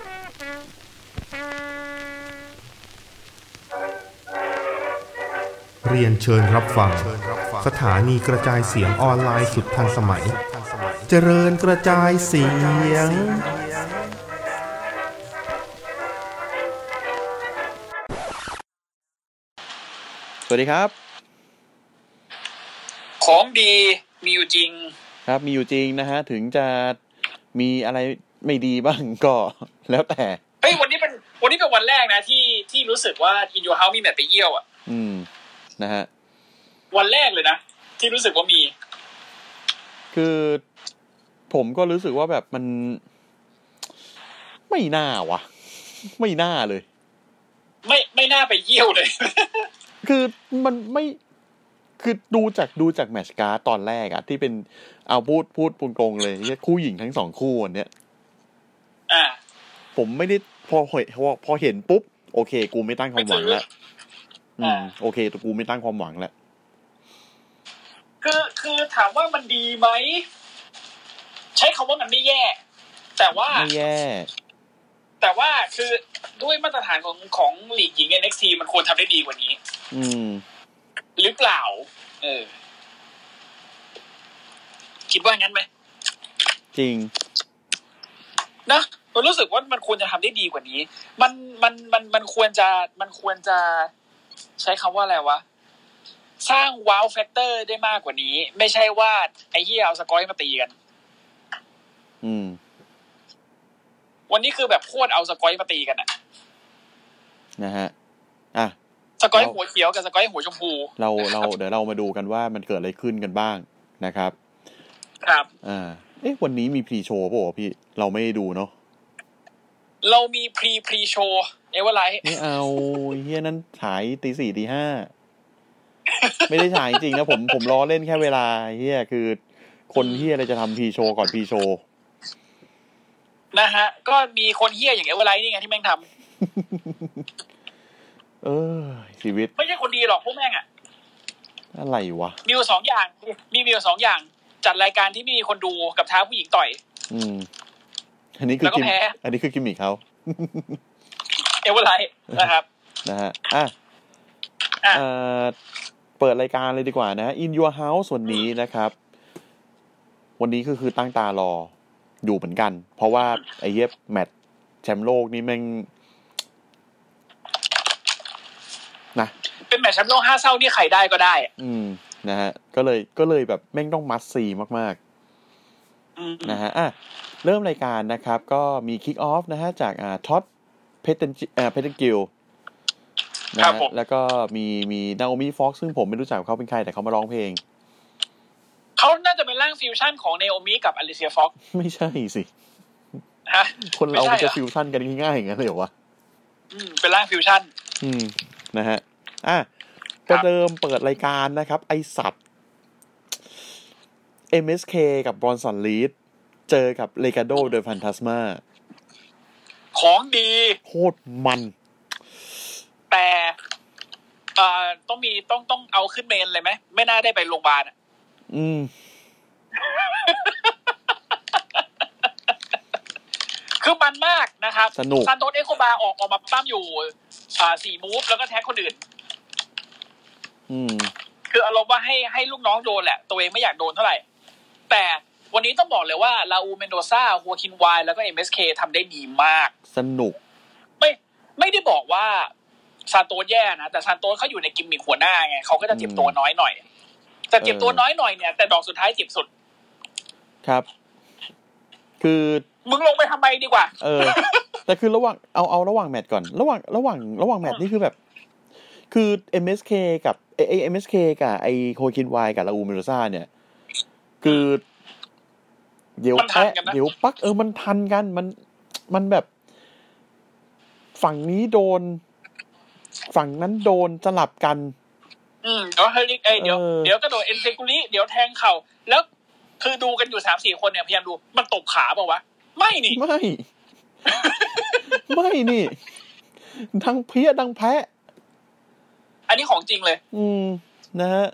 เรียนเชิญรับฟังสถานีกระจายเสียงออนไลน์สุดทันสมัยเจริญกระจายเสียงสวัสดีครับของดีมีอยู่จริงครับมีอยู่จริงนะฮะถึงจะมีอะไรไม่ดีบ้างก็แล้วแต่เฮ้ยวันนี้เป็นวันแรกนะที่รู้สึกว่า In Your House มีแมตช์ไปเยี่ยวอ่ะนะฮะวันแรกเลยนะที่รู้สึกว่ามีคือผมก็รู้สึกว่าแบบมันไม่น่าวะไม่น่าเลยไม่น่าไปเยี่ยวเลยคือมันไม่คือดูจากแมตช์การ์ดตอนแรกอะที่เป็นเอาพูดตรงๆเลยคู่หญิงทั้งสองคู่วันเนี้ยผมไม่ได้พอเห็นปุ๊บโอเคกูไม่ตั้งความหวังแล้วโอเคกูไม่ตั้งความหวังแล้วคือถามว่ามันดีไหมใช้คำว่ามันไม่แย่แต่ว่าไม่แย่แต่ว่าคือด้วยมาตรฐานของลีกหญิง NXT มันควรทำได้ดีกว่านี้หรือเปล่าคิดว่างั้นไหมจริงนะผมรู้สึกว่ามันควรจะทำได้ดีกว่านี้มันควรจะใช้คำว่าอะไรวะสร้างว้าวแฟกเตอร์ได้มากกว่านี้ไม่ใช่ว่าไอ้เหี้ยเอาสกอยมาตีกันวันนี้คือแบบโคตรเอาสกอยมาตีกันอะนะฮะสกอยหัวเขียวกับสกอยหัวชมพูเราเดี๋ยวเรามาดูกันว่ามันเกิดอะไรขึ้นกันบ้างนะครับครับวันนี้มีพรีโชว์ป่ะพี่เราไม่ได้ดูเนาะเรามีพรีโชว์เอเวอร์ไลท์ไม่เอาเฮียนั้นฉาย 4:00 5:00 ไม่ได้ฉายจริงนะผมล้อเล่นแค่เวลาเฮียคือคนเฮียอะไรจะทำพรีโชว์ก่อนพรีโชว์นะฮะก็มีคนเฮียอย่างเอเวอร์ไลท์นี่ไงที่แม่งทำชีวิตไม่ใช่คนดีหรอกพวกแม่งอะอะไรวะมีอยู่2อย่างมีอยู่2อย่างจัดรายการที่มีคนดูกับท้าผู้หญิงต่อยอันนี้คือกิมมิคเขาเอเวอร์ไลท์นะครับนะฮะเปิดรายการเลยดีกว่านะ In Your House วันนี้นะครับวันนี้คือตั้งตารออยู่เหมือนกันเพราะว่าไอ้เหี้ยแมตช์แชมป์โลกนี่แม่งนะเป็นแมตช์แชมป์โลก5เศร้านี่ใครได้ก็ได้นะฮะก็เลยแบบแม่งต้องมัสซีมากๆนะฮะเริ่มรายการนะครับก็มีคิกออฟนะฮะจากท็อตเพเทนกิลนะแล้วก็มีนาโอมิฟ็อกซ์ซึ่งผมไม่รู้จักเขาเป็นใครแต่เขามาร้องเพลงเขาน่าจะเป็นร่างฟิวชั่นของนาโอมิกับอลิเซียฟ็อกซ์ไม่ใช่สิฮะคนเราจะฟิวชั่นกันง่ายๆอย่างนั้นเลยเหรอวะเป็นร่างฟิวชั่นนะฮะประเดิมเปิดรายการนะครับไอสัตว์ MSK กับบรอนสันลีดเจอกับเลกาโดโดยแฟนตาสมาของดีโคตรมันแต่ต้องเอาขึ้นเมนเลยไหมไม่น่าได้ไปโรงพยาบาลคือมันมากนะครับซานโตสเอโคบาออกมาปั้มอยู่4มูฟแล้วก็แท็กคนอื่นคืออารมณ์ว่าให้ลูกน้องโดนแหละตัวเองไม่อยากโดนเท่าไหร่แต่วันนี้ต้องบอกเลยว่าลาอูเมนโดซ่าฮัวคินไวแล้วก็ MSK ทำได้ดีมากสนุกไม่ได้บอกว่าซานโตสแย่นะแต่ซานโตสเขาอยู่ในกิมมิคหัวหน้าไงเขาก็จะเจ็บตัวน้อยหน่อยแต่เจ็บตัวน้อยหน่อยเนี่ยแต่ดอกสุดท้ายเจ็บสุดครับคือมึงลงไปทำไมดีกว่าแต่คือระหว่างเอาระหว่างแมตช์ก่อนระหว่างแมตช์นี่คือแบบคือ MSK กับMSK กับไอโคคินไวกับลาอูเมนโดซ่าเนี่ยคือเดี๋ยวแปะเดี๋ยวปักมันทันกันมันแบบฝั่งนี้โดนฝั่งนั้นโดนสลับกันเดี๋ยวกระโดดเอ็นเซกุริเดี๋ยวแทงเข่าแล้วคือดูกันอยู่ 3-4 คนเนี่ยพยายามดูมันตบขาเปล่าวะไม่นี่ไม่นี่ทั้งเพี้ยทั้งแพะอันนี้ของจริงเลยนะฮะ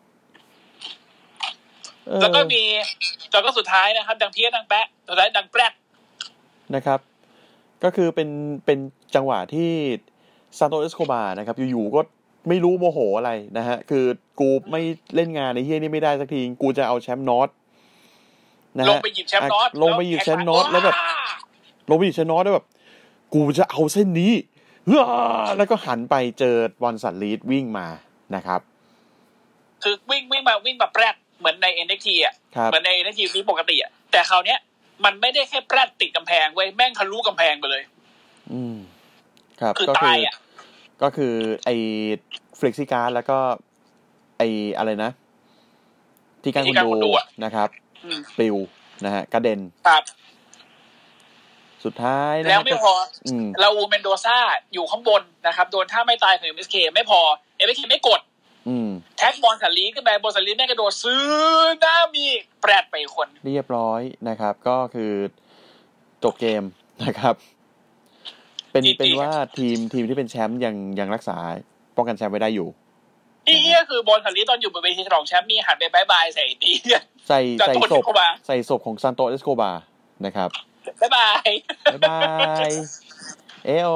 แล้วก็มีแล้วก็สุดท้ายนะครับดังเพี้ยดังแปะสุดท้ายดังแปรกนะครับก็คือเป็นจังหวะที่ซานโตส เอสโคบาร์นะครับอยู่ๆก็ไม่รู้โมโหอะไรนะฮะคือกูไม่เล่นงานในเฮียนี่ไม่ได้สักทีกูจะเอาแชมป์นอตนะฮะลงไปหยิบแชมป์นอตแล้วแบบลงไปหยิบแชมป์นอตแล้วแบบกูจะเอาเส้นนี้แล้วก็หันไปเจอบอลสันลีดวิ่งมานะครับคือวิ่งมาแปรดเหมือนใน NXT อ่ะเหมือนใน NXT นี้ปกติอ่ะแต่คราวเนี้ยมันไม่ได้แค่แปรดติดกำแพงเว้ยแม่งทะลุกำแพงไปเลยครับคือตายอ่ะก็คือไอ้ฟลิกซี่การ์ดแล้วก็ไอ้อะไรนะที่การคนดูนะครับปลิวนะฮะกระเด็นครับสุดท้ายแล้วไม่พอเราอูเมนโดซ่าอยู่ข้างบนนะครับโดนท่าไม่ตายของ MSK ไม่พอ MSK ไม่กดแท็กบอลสันลีขึ้นไปบอลสันลีแม่งกระโดดซื้อหน้ามีแปรดไปคนเรียบร้อยนะครับก็คือจบเกมนะครับเป็นว่าทีมที่เป็นแชมป์ยังรักษาป้องกันแชมป์ไว้ได้อยู่นี่คือบอลสันลีตอนอยู่บนเวทีฉลองแชมป์มีหันไปบายบายใส่ตีใส่ศพของซานโตส เอสโคบาร์นะครับบ๊ายบายเอโอ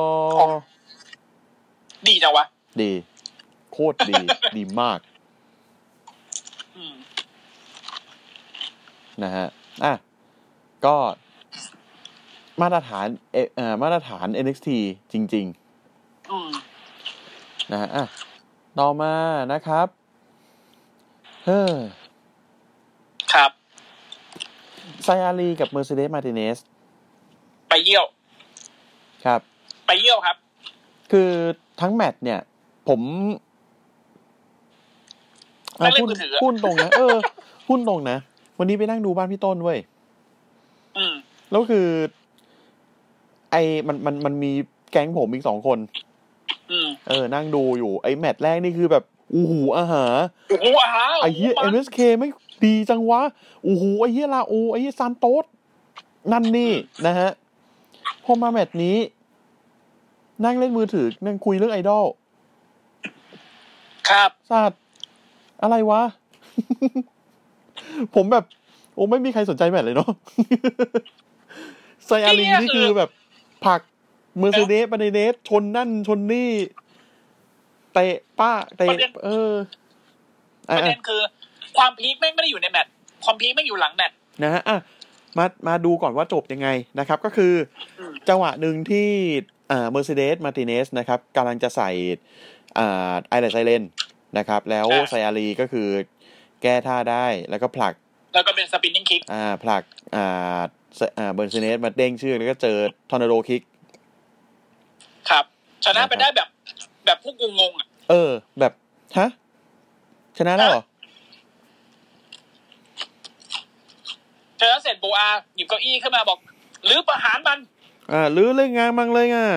ดีจังวะดีโคตรดีมากนะฮะก็มาตรฐาน NXT จริงๆนะฮะต่อมานะครับครับไซอารีกับเมอร์เซเดสมาร์ติเนสไปเยี่ยวครับไปเยี่ยวครับคือทั้งแมตช์เนี่ยผมพูดตรงนะพูดตรงนะวันนี้ไปนั่งดูบ้านพี่ต้นเว้ยแล้วคือไอ้มันมีแก๊งผมอีก2คนนั่งดูอยู่ไอ้แมตช์แรกนี่คือแบบโอ้โหอาหารไอ้เหี้ย MSK ไม่ดีจังวะโอ้โหไอ้เหี้ยลาโอไอ้เหี้ยซานโตสนั่นนี่นะฮะพอมาแมตช์นี้นั่งเล่นมือถือนั่งคุยเรื่องไอดอลครับสัตว์อะไรวะ ผมแบบโอ้ไม่มีใครสนใจแมตช์เลยเนาะไซอารีนี่คือแบบผลักเมอร์เซเดสมาร์ติเนสชนนั่นชนนี่เตะป้าเตะประเด็นคือความพีคแม่งไม่ได้อยู่ในแมตช์ความพีคแม่งอยู่หลังแมตช์นะฮะมาดูก่อนว่าจบยังไงนะครับก็คือจังหวะหนึ่งที่เมอร์เซเดสมาร์ติเนสนะครับกำลังจะใส่ไอแลนด์ไซเลนนะครับแล้วไซอารีก็คือแก้ท่าได้แล้วก็ผลักแล้วก็เป็นสปินนิ่งคิกผลักเมอร์เซเดสมาเด้งเชือกแล้วก็เจอทอร์นาโดคิกครับชนะไปได้แบบพวกกูงงอ่ะแบบฮะชนะแล้วเหรอชนะเสร็จโบอาหยิบเก้าอี้ขึ้นมาบอกหรือประหารมันหรือเล่นงานมังเลยอ่ะ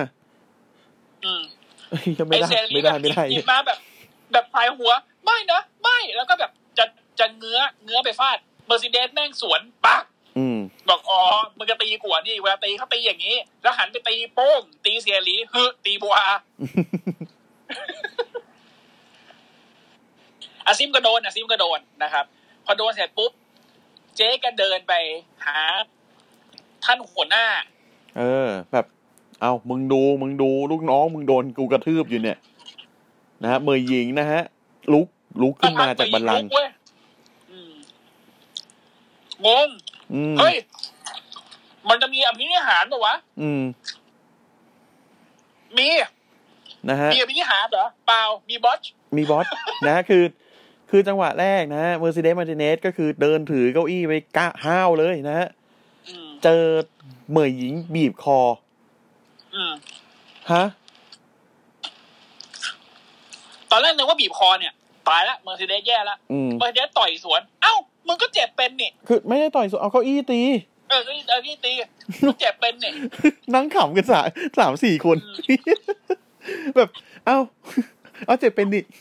ไม่ได้หยิบมาแบบปลายหัวไม่นะไม่แล้วก็แบบจะเงื้อไปฟาดเมอร์ซิเดสแม่งสวนปักบอกอ๋อมึงจะตีกว่านี่เวลาตีเขาตีอย่างนี้แล้วหันไปตีโป้งตีเซียรีตีบัวอาซิมก็โดนนะครับพอโดนเสร็จปุ๊บเจ๊ก็เดินไปหาท่านหัวหน้าแบบเอามึงดูลูกน้องมึงโดนกูกระทืบอยู่เนี่ยนะฮะเมย์หญิงนะฮะลุกขึ้นมาจากบัลลังก์งงเฮ้ยมันจะมีอภินิหารป่ะวะมีนะฮะมีอภินิหารเหรอเปล่ามีบอสนะคือจังหวะแรกนะฮะเมอร์เซเดสมาร์ติเนสก็คือเดินถือเก้าอี้ไปห้าวเลยนะฮะเจอเมย์หญิงบีบคอฮะตอนแรกนึกว่าบีบคอเนี่ยตายละเมอร์เซเดสแย่ละเมอร์เซเดสต่อยสวนเอ้ามึงก็เจ็บเป็นนี่คือไม่ได้ต่อยสวนเอาเก้าอี้ตีเอาเก้าอี้ตีมึงเจ็บเป็นนี่นั่งขำกัน3-4 คนแบบเอาเจ็บเป็นนี่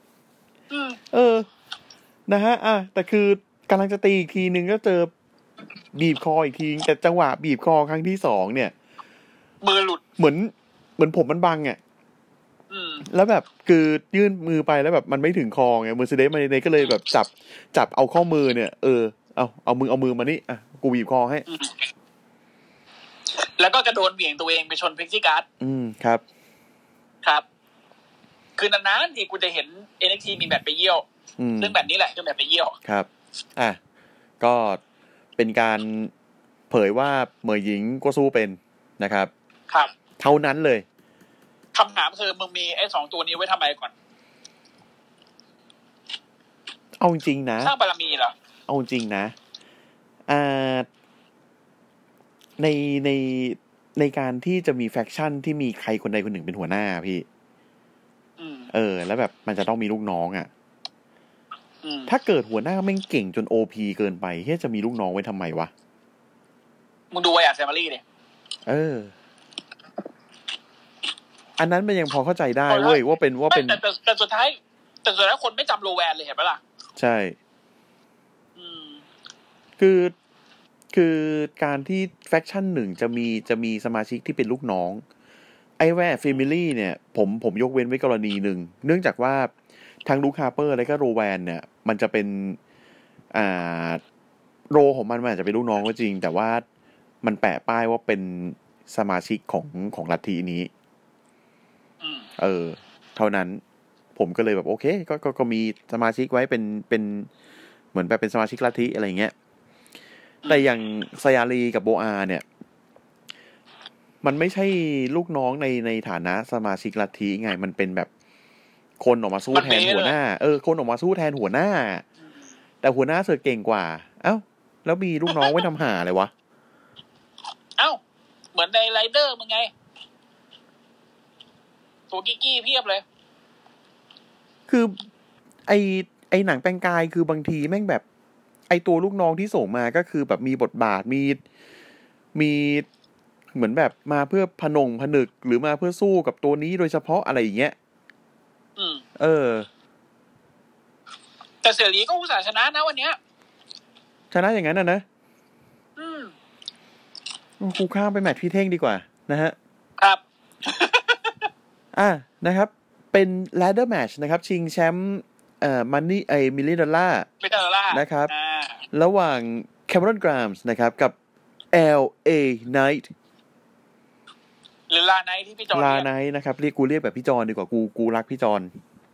นะฮะแต่คือกำลังจะตีอีกทีนึงก็เจอบีบคออีกทีแต่จังหวะบีบคอครั้งที่2เนี่ยมือหลุดเหมือนผมมันบังอ่ะแล้วแบบคือยื่นมือไปแล้วแบบมันไม่ถึงคอไงเมอร์เซเดสมาร์ติเนสก็เลยแบบจับเอาข้อมือเนี่ยเอามือมานี่กูบีบคอให้แล้วก็กระโดดเบี่ยงตัวเองไปชนพิกซี่การ์ดครับคือนานๆที่กูจะเห็น NXT มีแมตช์ไปเยี่ยวซึ่งแบบนี้แหละคือแมตช์ไปเยี่ยวครับก็เป็นการเผยว่าเหมยหญิงก็สู้เป็นนะครับครับเท่านั้นเลยคำถามคือมึงมีไอ้2ตัวนี้ไว้ทำไมก่อนเอาจริงนะสร้างบารมีเหรอเอาจริงนะในการที่จะมีแฟคชั่นที่มีใครคนใดคนหนึ่งเป็นหัวหน้าพี่แล้วแบบมันจะต้องมีลูกน้องอ่ะถ้าเกิดหัวหน้าแม่งเก่งจน OP เกินไปเฮ้ยจะมีลูกน้องไว้ทำไมวะมึงดูไอ้แฟมิลี่ดิอันนั้นมันยังพอเข้าใจได้เว้ยว่าเป็นแต่สุดท้ายคนไม่จำโลแวนเลยเห็นปะล่ะใช่คือการที่แฟคชั่นหนึ่งจะมีสมาชิกที่เป็นลูกน้องไอ้แว่แฟมิลี่เนี่ยผมยกเว้นไว้กรณีหนึ่งเนื่องจากว่าทั้งลูคฮาร์เปอร์และก็โรแวนเนี่ยมันจะเป็นโรของมันอาจจะเป็นลูกน้องก็จริงแต่ว่ามันแปะป้ายว่าเป็นสมาชิกของลัทธินี้เท่านั้นผมก็เลยแบบโอเคก็มีสมาชิกไว้เป็นเหมือนแบบเป็นสมาชิกลัทธิอะไรเงี้ยแต่อย่างซายาลีกับโบอาเนี่ยมันไม่ใช่ลูกน้องในฐานะสมาชิกลัทธิไงมันเป็นแบบคนออกมาสู้แทนหัวหน้าคนออกมาสู้แทนหัวหน้าแต่หัวหน้าเสือเก่งกว่าเอ้าแล้วมีลูกน้องไว้ทำหาอะไรวะเอ้าเหมือนในไรเดอร์มึงไงตัวกิ๊กๆเพียบเลยคือไอหนังแปลงกายคือบางทีแม่งแบบไอตัวลูกน้องที่ส่งมาก็คือแบบมีบทบาทมีเหมือนแบบมาเพื่อผนึกหรือมาเพื่อสู้กับตัวนี้โดยเฉพาะอะไรอย่างเงี้ยแต่เสี่ยหลีก็อุตส่าห์ชนะนะวันเนี้ยชนะอย่างนั้นนะกูข้ามไปแมตช์พี่เท่งดีกว่านะฮะครับนะครับเป็น ladder match นะครับชิงแชมป์money $1 millionนะครับระหว่าง Cameron Grimes นะครับกับ LA Knight หรือลาไนท์ที่พี่จอนลาไนท์นะครับเรียกแบบพี่จอนดีกว่ากูรักพี่จอน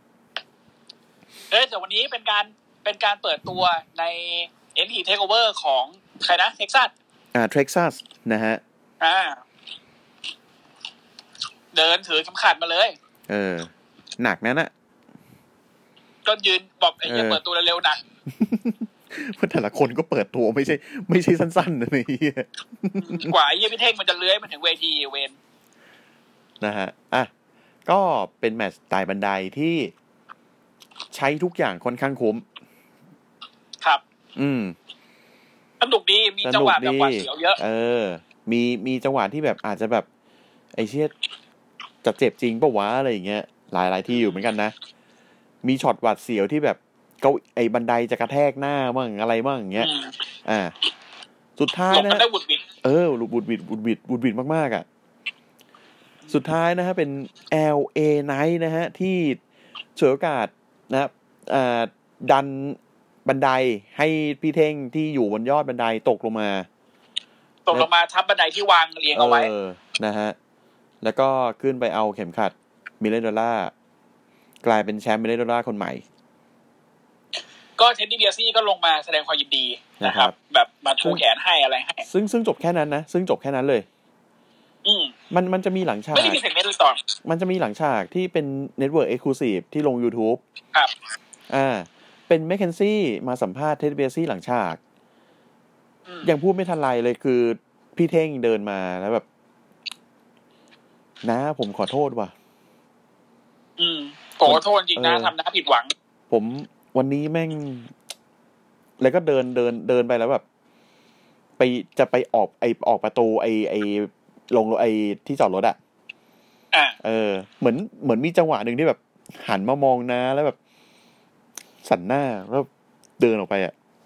แต่วันนี้เป็นการเปิดตัวใน NXT Takeover ของใครนะเท็กซัสเท็กซัสนะฮะเดินถือเข็มขัดมาเลยหนักนั่นน่ะก็ยืนบอกไอ้เปิดตัวเร็วๆหนักเพราะแต่ละคนก็เปิดตัวไม่ใช่สั้นๆนะนี่กว่าไอ้เหี้ยพี่เท่งมันจะเลื้อยมาถึงเวทีเวนนะฮะก็เป็นแมตช์ไต่บันไดที่ใช้ทุกอย่างค่อนข้างคุ้มครับสนุกดีมีจังหวะแบบหวาดเสียวเยอะมีจังหวะที่แบบอาจจะแบบไอ้เชี่ยจะเจ็บจริงป่ะวะอะไรอย่างเงี้ยหลายที่อยู่เหมือนกันนะมีช็อตหวาดเสียวที่แบบไอ้บันไดจะกระแทกหน้าบ้างอะไรบ้างอย่างเงี้ยสุดท้ายนะบุดบิดมากๆอ่ะสุดท้ายนะฮะเป็น LA Knight นะฮะที่ฉวยโอกาสนะครับดันบันไดให้พี่เท่งที่อยู่บนยอดบันไดตกลงมาทับบันไดที่วางเรียงเอาไว้นะฮะแล้วก็ขึ้นไปเอาเข็มขัด$1 millionกลายเป็นแชมป์$1 millionคนใหม่ก็เท็ดดี้เบียร์ซี่ก็ลงมาแสดงความยินดีนะครับแบบมาชูแขนให้อะไรให้ซึ่งจบแค่นั้นนะซึ่งจบแค่นั้นเลยมันจะมีหลังฉากไม่ได้มีเซกเมนต์ต่อมันจะมีหลังฉากที่เป็น Network Exclusive ที่ลง YouTube ครับเป็นแมคเคนซี่มาสัมภาษณ์เท็ดดี้เบียร์ซี่หลังฉากยังพูดไม่ทันไรเลยคือพี่เท่งเดินมาแล้วแบบนะผมขอโทษว่ะขอโทษจริงนะทำนะผิดหวังผมวันนี้แม่งแล้วก็เดินไปแล้วแบบจะไปออกประตูไอลงไอที่จอดรถเหมือนมีจังหวะหนึ่งที่แบบหันมามองนะแล้วแบบสั่นหน้าแล้วเดินออกไป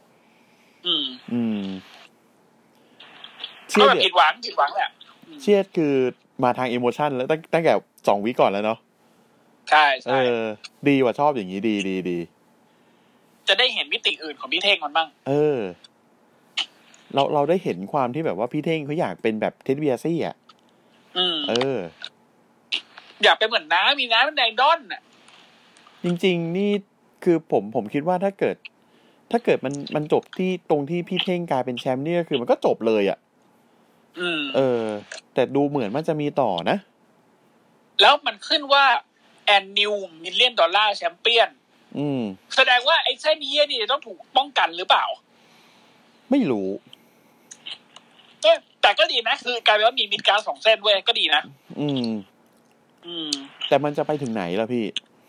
เชื่อผิดหวังแหละเชื่อคือมาทางอิโมชันแล้วตั้งแต่2 วิก่อนแล้วเนาะใช่ดีว่ะชอบอย่างนี้ดีจะได้เห็นมิติอื่นของพี่เท่งมันบ้างเราได้เห็นความที่แบบว่าพี่เท่งเขาอยากเป็นแบบเท็ดเบียซี่อ่ะอยากเป็นเหมือนน้ามีน้าเป็นแดงด้อนอ่ะจริงๆนี่คือผมคิดว่าถ้าเกิดมันจบที่ตรงที่พี่เท่งกลายเป็นแชมป์นี่ก็คือมันก็จบเลยอ่ะแต่ดูเหมือนมันจะมีต่อนะแล้วมันขึ้นว่าแอนนิวมิลเลียนดอลลาร์แชมเปี้ยนแสดงว่าไอ้เส้นนี้นี่ต้องถูกป้องกันหรือเปล่าไม่รู้แต่ก็ดีนะคือกลายเป็นว่ามีมิดการ์ด2เส้นเว้ยก็ดีนะแต่มันจะไปถึงไหนล่ะพี่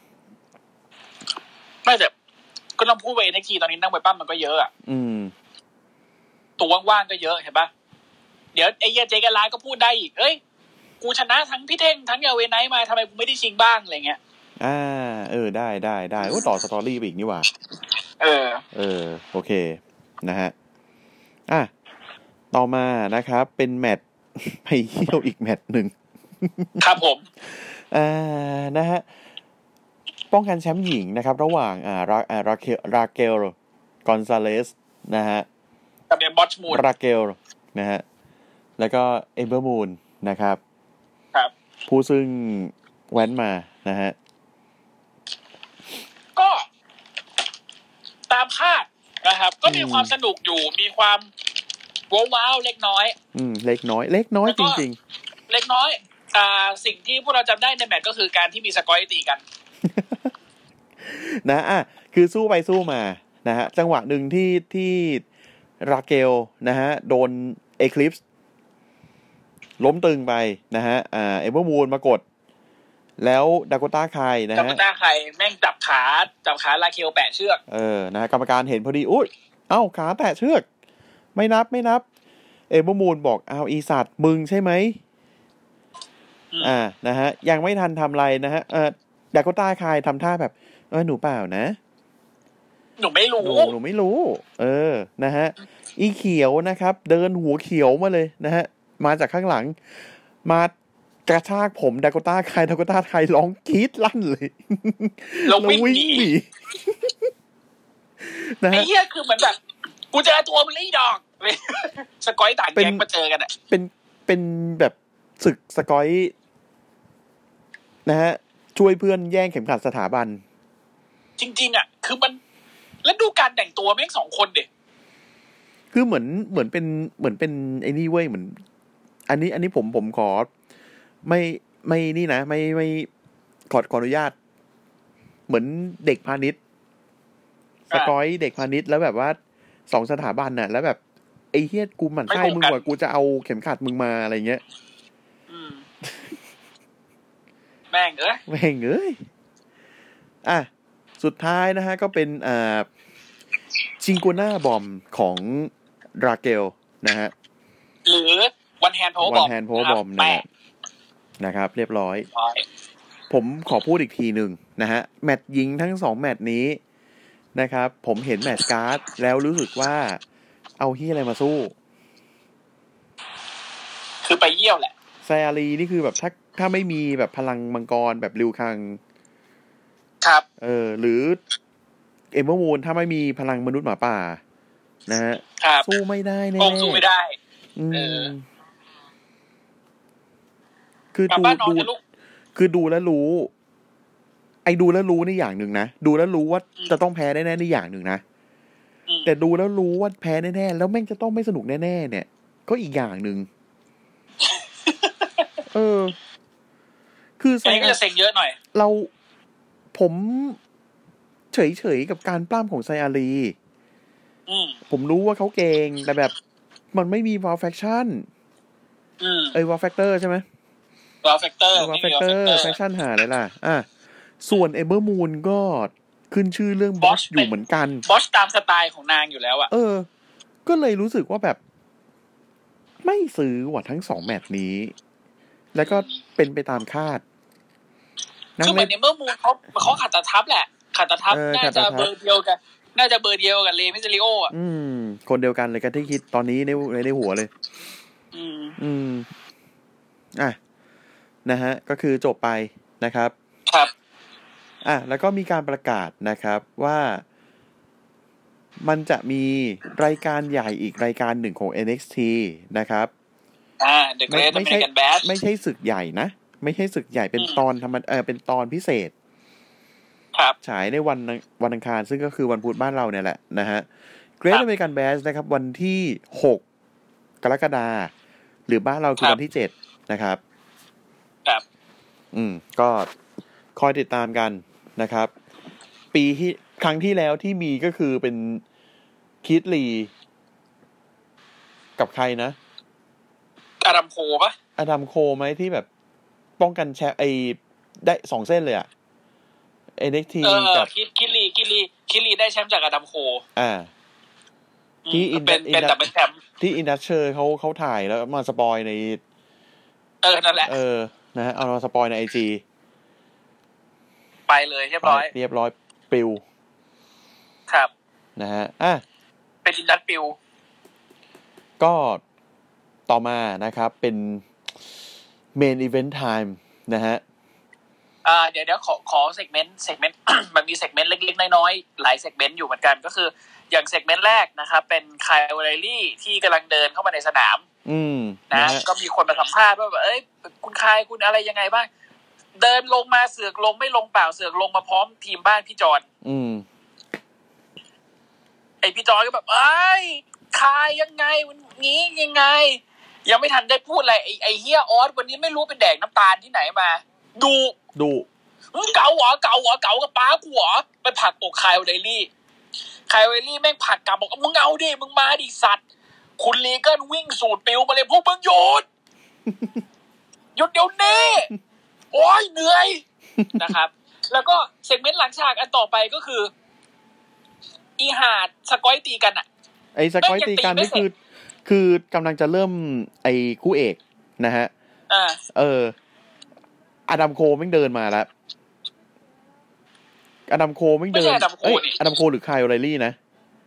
ไม่แต่ก็ต้องพูดไปในทีตอนนี้นั่งไปปั้มมันก็เยอะอ่ะตัวว่างๆก็เยอะเห็นปะเดี๋ยวไอ้เจกันไลน์ก็พูดได้อีกเอ้ยกูชนะทั้งพี่เท่งทั้งยาเวไนท์มาทำไมกูไม่ได้ชิงบ้างอะไรเงี้ยได้โอ้ต่อสตอรี่ไปอีกนี่หว่าโอเคนะฮะต่อมานะครับเป็นแมตช์ไปเที่ยวอีกแมตช์นึงครับผมนะฮะป้องกันแชมป์หญิงนะครับระหว่างราเกลกอนซาเลสนะฮะกับบอชมูนราเกลนะฮะแล้วก็เอเบอร์มูนนะครับผู้ซึ่งแว้นมานะฮะก็ตามคาดนะครับก็มีความสนุกอยู่มีความว้าวเล็กน้อยเล็กน้อยจริงๆเล็กน้อยสิ่งที่พวกเราจำได้ในแมตช์ก็คือการที่มีสกอยตีกันนะคือสู้ไปสู้มานะฮะจังหวะหนึ่งที่ราเกลนะฮะโดนเอคลิปส์ล้มตึงไปนะฮะเอเวอร์มูนมากดแล้วดาโกต้าไคนะฮะดาโกต้าไคแม่งจับขาราเกลแปะเชือกนะฮะกรรมการเห็นพอดีอุ้ยขาแตะเชือกไม่นับเอเวอร์มูนบอกอีสัตว์มึงใช่ไหมนะฮะยังไม่ทันทำอะไรนะฮะดาโกต้าไคทำท่าแบบหนูเปล่านะหนูไม่รู้นะฮะอีเขียวนะครับเดินหัวเขียวมาเลยนะฮะมาจากข้างหลังมากระชากผมดาโกต้าไคร้องกรี๊ดลั่นเลยแล้ววิ่งหนีนะฮะไอ้เหี้ยคือเหมือนแบบกูเจอตัวมึงเลยดอกสกอยต่างแก๊งมาเจอกันอ่ะเป็นแบบศึกสกอยนะฮะช่วยเพื่อนแย่งเข็มขัดสถาบันจริงๆอ่ะคือมันแล้วดูการแต่งตัวแม่ง2คนดิคือเหมือนเป็นไอ้นี่เว้ยเหมือนอันนี้ผมขอไม่นี่นะไม่ขออนุญาตเหมือนเด็กพาณิชย์สกอยเด็กพาณิชย์แล้วแบบว่า2สถาบันน่ะแล้วแบบไอ้เหี้ยกูหมั่นไส้มึงกว่ากูจะเอาเข็มขัดมึงมาอะไรเงี้ยแม่งเอ้ยสุดท้ายนะฮะก็เป็นชิงโกน่าบอมของราเกลนะฮะหรือวันแฮนด์โพบอมนะครับเรียบร้อยผมขอพูดอีกทีหนึ่งนะฮะแมตช์หญิงทั้ง2แมตช์นี้นะครับผมเห็นแมตช์การ์ดแล้วรู้สึกว่าเอาเหี้ยอะไรมาสู้คือไปเยี่ยวแหละไซอารีนี่คือแบบถ้าไม่มีแบบพลังมังกรแบบริวคังครับหรือเอเวอร์มูนถ้าไม่มีพลังมนุษย์หมาป่านะฮะสู้ไม่ได้แน่สู้ไม่ได้คือดูแล้วรู้ดูแล้วรู้นี่อย่างหนึ่งนะดูแล้วรู้ว่าจะต้องแพ้แน่ๆนี่อย่างหนึ่งนะแต่ดูแล้วรู้ว่าแพ้แน่ๆแล้วแม่งจะต้องไม่สนุกแน่ๆเนี่ยก็อีกอย่างหนึ่งคือจะเซ็งเยอะหน่อยผมเฉยๆกับการปล้ำของไซอารีผมรู้ว่าเขาเก่งแต่แบบมันไม่มีวอลแฟคชั่นวอลแฟคเตอร์ใช่ไหมวอลแฟคเตอร์แฟคชั่นหาเลยล่ะส่วนเอเบอร์มูนก็ขึ้นชื่อเรื่องบอสอยู่เหมือนกันบอสตามสไตล์ของนางอยู่แล้วก็เลยรู้สึกว่าแบบไม่ซื้อว่ะทั้ง2แมตช์นี้แล้วก็เป็นไปตามคาดคือเหมือนเอเบอร์มูนเขาขัดตาทับแหละขัดตาทับน่าจะเบอร์เดียวกันเลมิสริโอคนเดียวกันเลยกันที่คิดตอนนี้ในหัวเลยนะฮะก็คือจบไปนะครับครับแล้วก็มีการประกาศนะครับว่ามันจะมีรายการใหญ่อีกรายการหนึ่งของ NXT นะครับ The Great American Bash ไม่ใช่ศึกใหญ่นะไม่ใช่ศึกใหญ่เป็นตอนเป็นตอนพิเศษครับฉายในวันอังคารซึ่งก็คือวันพุธบ้านเราเนี่ยแหละนะฮะ Great American Bash นะครับวันที่6กรกฎาคมหรือบ้านเราคือวันที่7นะครับครับก็คอยติดตามกันนะครับครั้งที่แล้วที่มีก็คือเป็นคีธลีกับใครนะอดัมโคปะอดัมโคไหมที่แบบป้องกันแชมป์ได้2เส้นเลยอ่ะ NXT กับคิรีได้แชมป์จากอดัมโคที่เป็นดับเบิลแชมป์ที่อินดัสเชอร์เขาถ่ายแล้วมาสปอยในนั่นแหละนะฮะเอามาสปอยใน IG ไปเลยเรียบร้อยปิวครับนะฮะเป็นอินดัสปิวก็ต่อมานะครับเป็นเมนอีเวนต์ไทม์นะฮะเดี๋ยวขอเซกเมนต์ มันมีเซกเมนต์เล็กๆน้อยๆหลายเซกเมนต์อยู่เหมือนกันก็คืออย่างเซกเมนต์แรกนะครับเป็นไคลไวลี่ที่กำลังเดินเข้ามาในสนามนะก็มีคนมาสัมภาษณ์ว่าแบบคุณไคลคุณอะไรยังไงบ้างเดินลงมาเสือกลงไม่ลงเปล่าเสือกลงมาพร้อมทีมบ้านพี่จอนไอพี่จอนก็แบบไคลยังไงวันนี้ยังไงยังไม่ทันได้พูดอะไรไอเฮียออสวันนี้ไม่รู้เป็นแดกน้ำตาลที่ไหนมาดูมึงเก่ากับป้ากูเหรอไปผลักอกไคลไวลี่แม่งผลักกลับบอกมึงเอาดิมึงมาดิสัตว์คุณลีเกิ้ลวิ่งสูดปิวมาเลยพวกมึงหยุดเดี๋ยวนี้โอ๊ยเหนื่อยนะครับแล้วก็เซกเมนต์หลังฉากอันต่อไปก็คืออีหาดสกอยตีกันอ่ะไอ้สกอยตีกันนี่คือกำลังจะเริ่มไอ้คู่เอกนะฮะอดัมโคแม่งเดินมาแล้วอดัมโคไม่เดินอดัมโคหรือไคลไวลี่นะ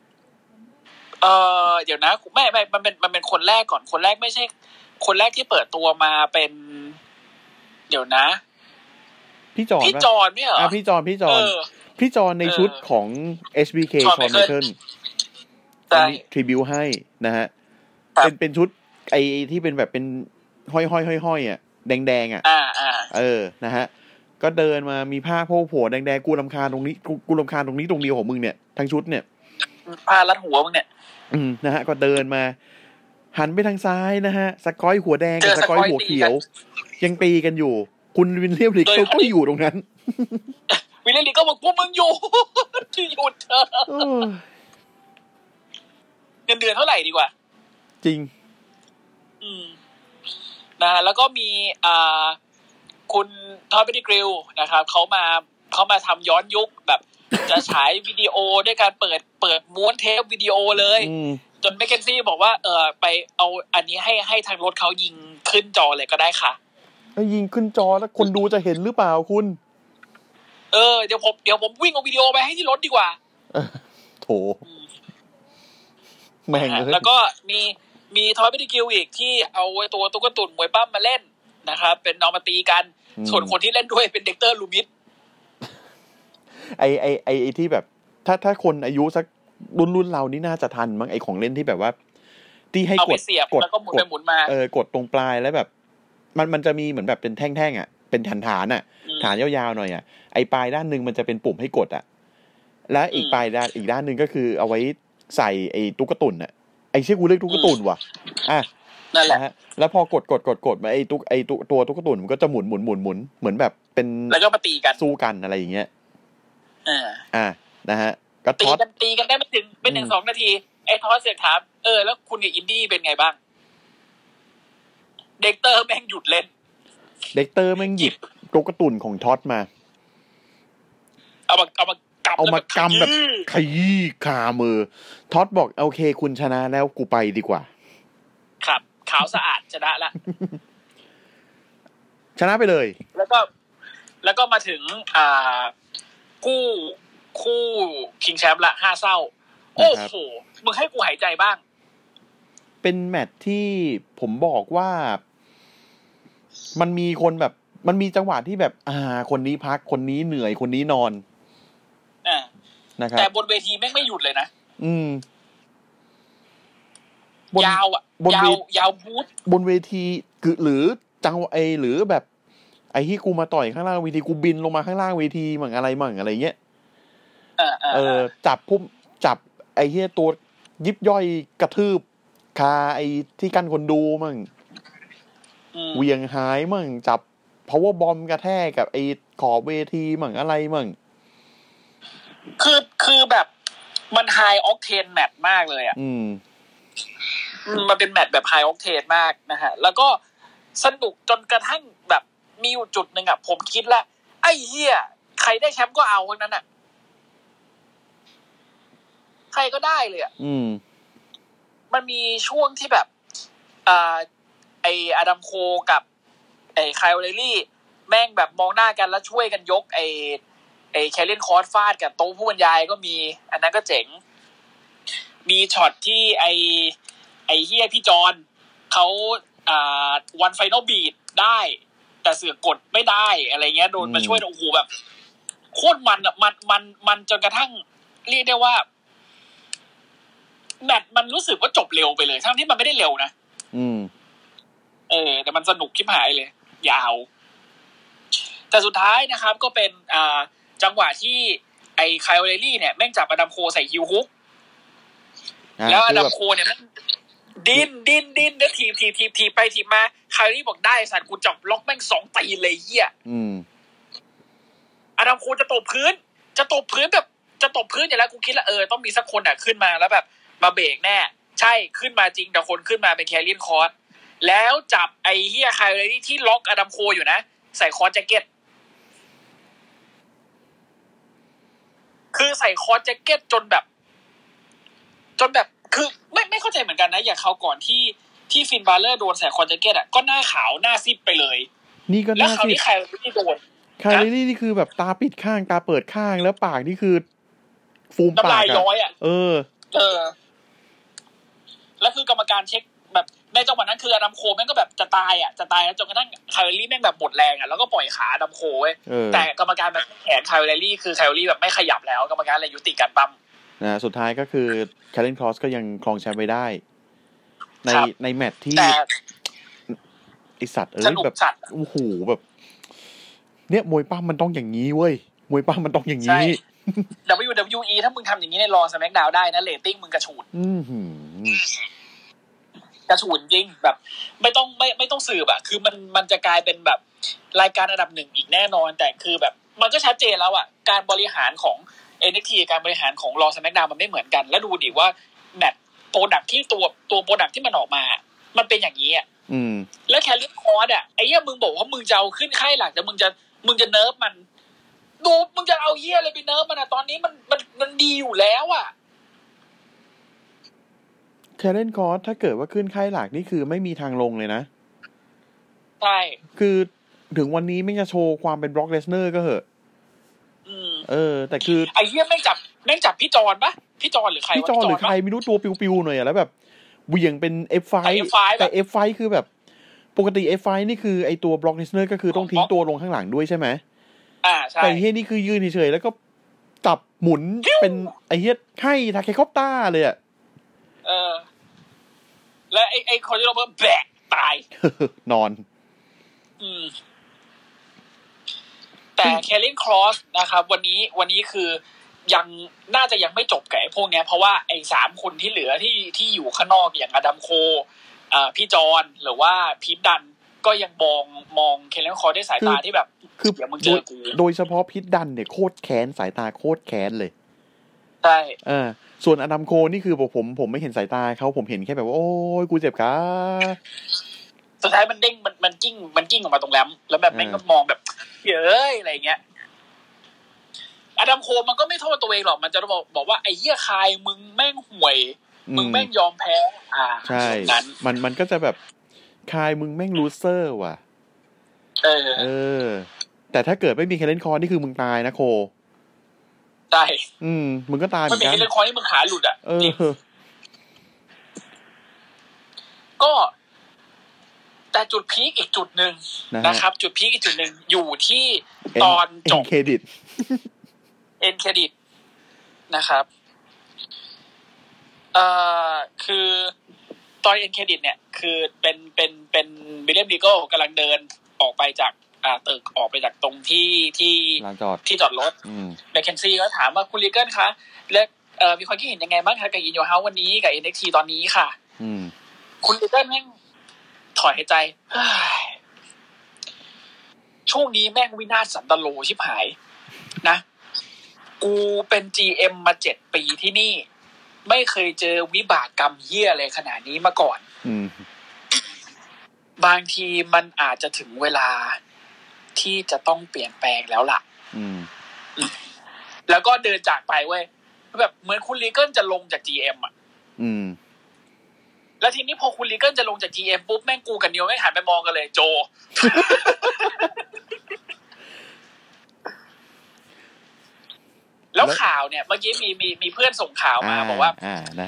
เดี๋ยวนะไม่มันเป็นคนแรกก่อนคนแรกไม่ใช่คนแรกที่เปิดตัวมาเป็นเดี๋ยวนะพี่จอนเนี่ยเหรอพี่จอนในชุดของ HBK ชอนไมเคิลตอนนี้ทริบิวให้นะฮะเป็นชุดไอ้ที่เป็นแบบเป็นห้อยอ่ะแดงๆอ่ะนะฮะก็เดินมามีผ้าโผล่แดงๆกูรำคาญตรงนี้กูรำคาญตรงนี้ตรงเดียวของมึงเนี่ยทั้งชุดเนี่ยผ้ารัดหัวมึงเนี่ยนะฮะก็เดินมาหันไปทางซ้ายนะฮะสกอยหัวแดงกับสกอยหัวเขียวยังตีกันอยู่คุณวิลเลียมริกก็อยู่ตรงนั้นวิลเลียมริกก็บอกพวกมึงอยู่ที่หยุดเถอะเงินเดือนเท่าไหร่ดีกว่าจริงนะแล้วก็มีคุณทอมบี้กริลนะครับเขามาทำย้อนยุคแบบจะฉายวิดีโอด้วยการเปิดม้วนเทปวิดีโอเลยจนแมคเคนซี่บอกว่าไปเอาอันนี้ให้ทางรถเขายิงขึ้นจอเลยก็ได้ค่ะยิงขึ้นจอแล้วคนดูจะเห็นหรือเปล่าคุณเดี๋ยวผมวิ่งเอาวิดีโอไปให้ที่รถดีกว่าโถแม่งแล้วก็มีทอมบี้กริลอีกที่เอาตัวตุ๊กตุ่นมวยปั้มมาเล่นนะครับเป็นเอามาตีกันส่วนคนที่เล่นด้วยเป็นเด็กเตอร์ลูมิสไอที่แบบถ้าคนอายุสักรุ่นเรานี่น่าจะทันมั้งไอของเล่นที่แบบว่าที่ให้กดแล้วก็หมุนไปหมุนมากดตรงปลายแล้วแบบมันจะมีเหมือนแบบเป็นแท่งๆอ่ะเป็นฐานอ่ะฐานยาวๆหน่อยอ่ะไอปลายด้านนึงมันจะเป็นปุ่มให้กดอ่ะและอีกปลายด้านอีกด้านนึงก็คือเอาไว้ใส่ไอตุ๊กตุ่นอ่ะไอเชี่ยกูเรียกตุ๊กตุ่นว่ะนั่นแหละแล้วพอกดมาไอ้ตัวตุ๊กตุ่นมันก็จะหมุนเหมือนแบบเป็นแล้วก็มาตีกันสู้กันอะไรอย่างเงี้ยนะฮะก็ตีกันได้ไม่ถึงเป็น 1-2 นาทีไอ้ทอสเสียถามแล้วคุณกับอินดี้เป็นไงบ้างเด็กเตอร์แม่งหยุดเล่นเด็กเตอร์แม่งหยิบตุ๊กตุ่นของท็อตมาเอามากำแบบขยี้คามือท็อตบอกโอเคคุณชนะแล้วกูไปดีกว่าครับขาวสะอาดชนะละชนะไปเลยแล้วก็มาถึงคู่คิงแชมป์ละ5เศร้าโอ้โหมึงให้กูหายใจบ้างเป็นแมตช์ที่ผมบอกว่ามันมีคนแบบมันมีจังหวะที่แบบคนนี้พักคนนี้เหนื่อยคนนี้นอนนะครับแต่บนเวทีแม่งไม่หยุดเลยนะยาวอ่ะยาวบูทบนเวทีหรือจังหวะหรือแบบไอ้ที่กูมาต่อยข้างล่างเวทีกูบินลงมาข้างล่างเวทีมั่งอะไรเงี้ยจับไอ้เหี้ยตัวยิบย่อยกระทืบคาไอ้ที่กั้นคนดูมั่งเวียงหายมั่งจับ power bomb กระแทกกับไอ้ขอบเวทีมั่งอะไรมั่งคือแบบมัน high octane match มากเลยอ่ะมันเป็นแมตช์แบบ high octane มากนะฮะแล้วก็สนุกจนกระทั่งแบบมีอยู่จุดนึงอ่ะผมคิดละไอ้เหี้ยใครได้แชมป์ก็เอาทั้งนั้นอ่ะใครก็ได้เลยอ่ะมันมีช่วงที่แบบไอ้อดัมโคกับไอ้ไคลเรลลี่แม่งแบบมองหน้ากันแล้วช่วยกันยกไอ้แคลเลนคอร์สฟาดกับโต๊ะผู้บรรยายก็มีอันนั้นก็เจ๋งมีช็อตที่ไอ้เฮียพี่จอนเขาวันไฟนอลบีทได้แต่เสือกกดไม่ได้อะไรเงี้ยโดนมาช่วยโอ้โหแบบโคตรมันอ่ะมันจนกระทั่งเรียกได้ว่าแมตช์มันรู้สึกว่าจบเร็วไปเลยทั้งที่มันไม่ได้เร็วนะแต่มันสนุกชิบหายเลยยาวแต่สุดท้ายนะครับก็เป็นจังหวะที่ไอ้ไคลเรลลี่เนี่ยแม่งจับอดัมโคใส่ฮิวฮุกแล้วอดัมโคเนี่ยแม่งดินแล้วทีไปทีมาไคลเรลลี่บอกได้สัตว์กูจับล็อกแม่ง2 ตีเลยเหี้ยอดัมโคจะตบพื้นแบบจะตบพื้นอย่างแล้วกูคิดละต้องมีสักคนอ่ะขึ้นมาแล้วแบบมาเบรกแน่ใช่ขึ้นมาจริงแต่คนขึ้นมาเป็นแคลเรียนคอร์สแล้วจับไอ้เหี้ยไคลเรลลี่ที่ล็อกอดัมโคอยู่นะใส่คอร์สแจ็คเก็ตคือใส่คอร์สแจ็คเก็ตจนแบบคือไม่เข้าใจเหมือนกันนะอย่างเขาก่อนที่ฟินบาเลอร์โดนใส่คอร์สแจ็คเก็ตอ่ะก็หน้าขาวหน้าซีดไปเลยนี่ก็หน้าซีดแล้วคราวนี้ไคลเรลลี่โดนไคลเรลลี่นี่คือแบบตาปิดข้างตาเปิดข้างแล้วปากนี่คือฟูมปากอ่ะแล้วคือกรรมการเช็คแบบในจังหวะนั้นคืออดัมโคแม่งก็แบบจะตายแล้วจนกระทั่งไคลเรลลี่แม่งแบบหมดแรงอ่ะแล้วก็ปล่อยขาอดัมโคเว้ยแต่กรรมการมันแขนไคลเรลลี่คือไคลเรลลี่แบบไม่ขยับแล้วกรรมการเลยยุติการปั๊มสุดท้ายก็คือแคลเลนครอสก็ยังครองแชมป์ไว้ได้ในแมตช์ที่ไอสัตว์แบบโอ้โหแบบเนี่ยมวยปั้มมันต้องอย่างนี้เว้ยมวยปั้มมันต้องอย่างนี้ WWE ถ้ามึงทำอย่างนี้ในรอ SmackDown ได้นะเรตติ้งมึงกระฉูดกระฉูดจริงแบบไม่ต้องสืบอ่ะคือมันจะกลายเป็นแบบรายการอันดับ1อีกแน่นอนแต่คือแบบมันก็ชัดเจนแล้วอ่ะการบริหารของ NXT การบริหารของรอ SmackDown มันไม่เหมือนกันแล้วดูดิว่าแมตช์โปรดักที่ตัวโปรดักที่มันออกมามันเป็นอย่างนี้อ่ะแล้วแคลรี่คอร์สอ่ะไอ้เหี้ยมึงบอกว่ามึงจะเอาขึ้นค่ายหลักแต่มึงจะเนิร์ฟมันดูมึงจะเอาเหี้ยอะไรไปเนิร์ฟมันอ่ะตอนนี้มันดีอยู่แล้วอ่ะแคลเลนคอร์สถ้าเกิดว่าขึ้นค่ายหลักนี่คือไม่มีทางลงเลยนะใช่คือถึงวันนี้ไม่จะโชว์ความเป็นบล็อกเลสเนอร์ก็เหอะแต่คือไอ้เหี้ยแม่งจับพี่จอนปะพี่จอนหรือใครพี่จอนหรือใครไม่รู้ตัวปิวๆหน่อยอ่ะแล้วแบบเหวี่ยงเป็น F5 แต่ F5 คือแบบปกติ F5 นี่คือไอตัวบล็อกเลสเนอร์ก็คือต้องทิ้งตัวลงข้างหลังด้วยใช่ไหมใช่แต่เหี้ยนี่คือยืนเฉยๆแล้วก็จับหมุนเป็นไอ้เหี้ยให้ทาเคคอปต้าเลยอ่ะและไอ้คนที่เราเพิ่มแบกตายนอนแต่แคลเลนครอสนะครับวันนี้คือยังน่าจะยังไม่จบกับไอ้พวกเนี้ยเพราะว่าไอ้3คนที่เหลือที่อยู่ข้างนอกอย่างอดัมโคพี่จอนหรือว่าพีทดันก็ยังมองแคลเลนครอสด้วยสายตาที่แบบคือมึงเจอกูโดยเฉพาะพีทดันเนี่ยโคตรแค้นสายตาโคตรแค้นเลยใช่ส่วนอดัมโคนี่คือผมไม่เห็นสายตาเขาผมเห็นแค่แบบว่าโอ้ยกูเจ็บขาสุดท้ายมันเด้งมันกิ้งออกมาตรงแล้วแบบแม่งก็มองแบบเย้ยอะไรเงี้ยอดัมโคมันก็ไม่โทษตัวเองหรอกมันจะบอกว่าไอ้เหี้ยคายมึงแม่งห่วยมึงแม่งยอมแพ้ใช่นั้นมันก็จะแบบคายมึงแม่งลูเซอร์ว่ะแต่ถ้าเกิดไม่มีแคลเลนคอร์นี่คือมึงตายนะโคใช่มึงก็ตายเหมือนกันไม่มีแคลเลนคอร์นี่มึงขาหลุดอ่ะก็แต่จุดพีคอีกจุดหนึ่งนะครับจุดพีคอีกจุดหนึ่งอยู่ที่ตอนจบเครดิตเอ็นเครดิตนะครับคือตอนเอ็นเครดิตเนี่ยคือเป็นวิลเลียมลีโก้กำลังเดินออกไปจากตึกออกไปจากตรงที่ลานจอดที่จอดรถแมคเคนซี่ก็ถามว่าคุณลีเกิลคะและมีความคิดเห็นยังไงบ้างคะกับอินโยเฮาวันนี้กับ NXT ตอนนี้ค่ะคุณลีเกิลแม่งถอยหายใจช่วงนี้แม่งวินาศสันตโลชิบหายนะกูเป็น GM มา7 ปีที่นี่ไม่เคยเจอวิบากกรรมเหี้ยอะไรขนาดนี้มาก่อนบางทีมันอาจจะถึงเวลาที่จะต้องเปลี่ยนแปลงแล้วล่ะแล้วก็เดินจากไปเว้ยแบบเหมือนคุณลีเกิลจะลงจาก GM อ่ะแล้วทีนี้พอคุณลีเกิลจะลงจาก GM ปุ๊บแม่งกูกับนิวแม่งหันไปมองกันเลยโจ แล้วข่าวเนี่ยเมื่อกี้มีเพื่อนส่งข่าวมาบอกว่า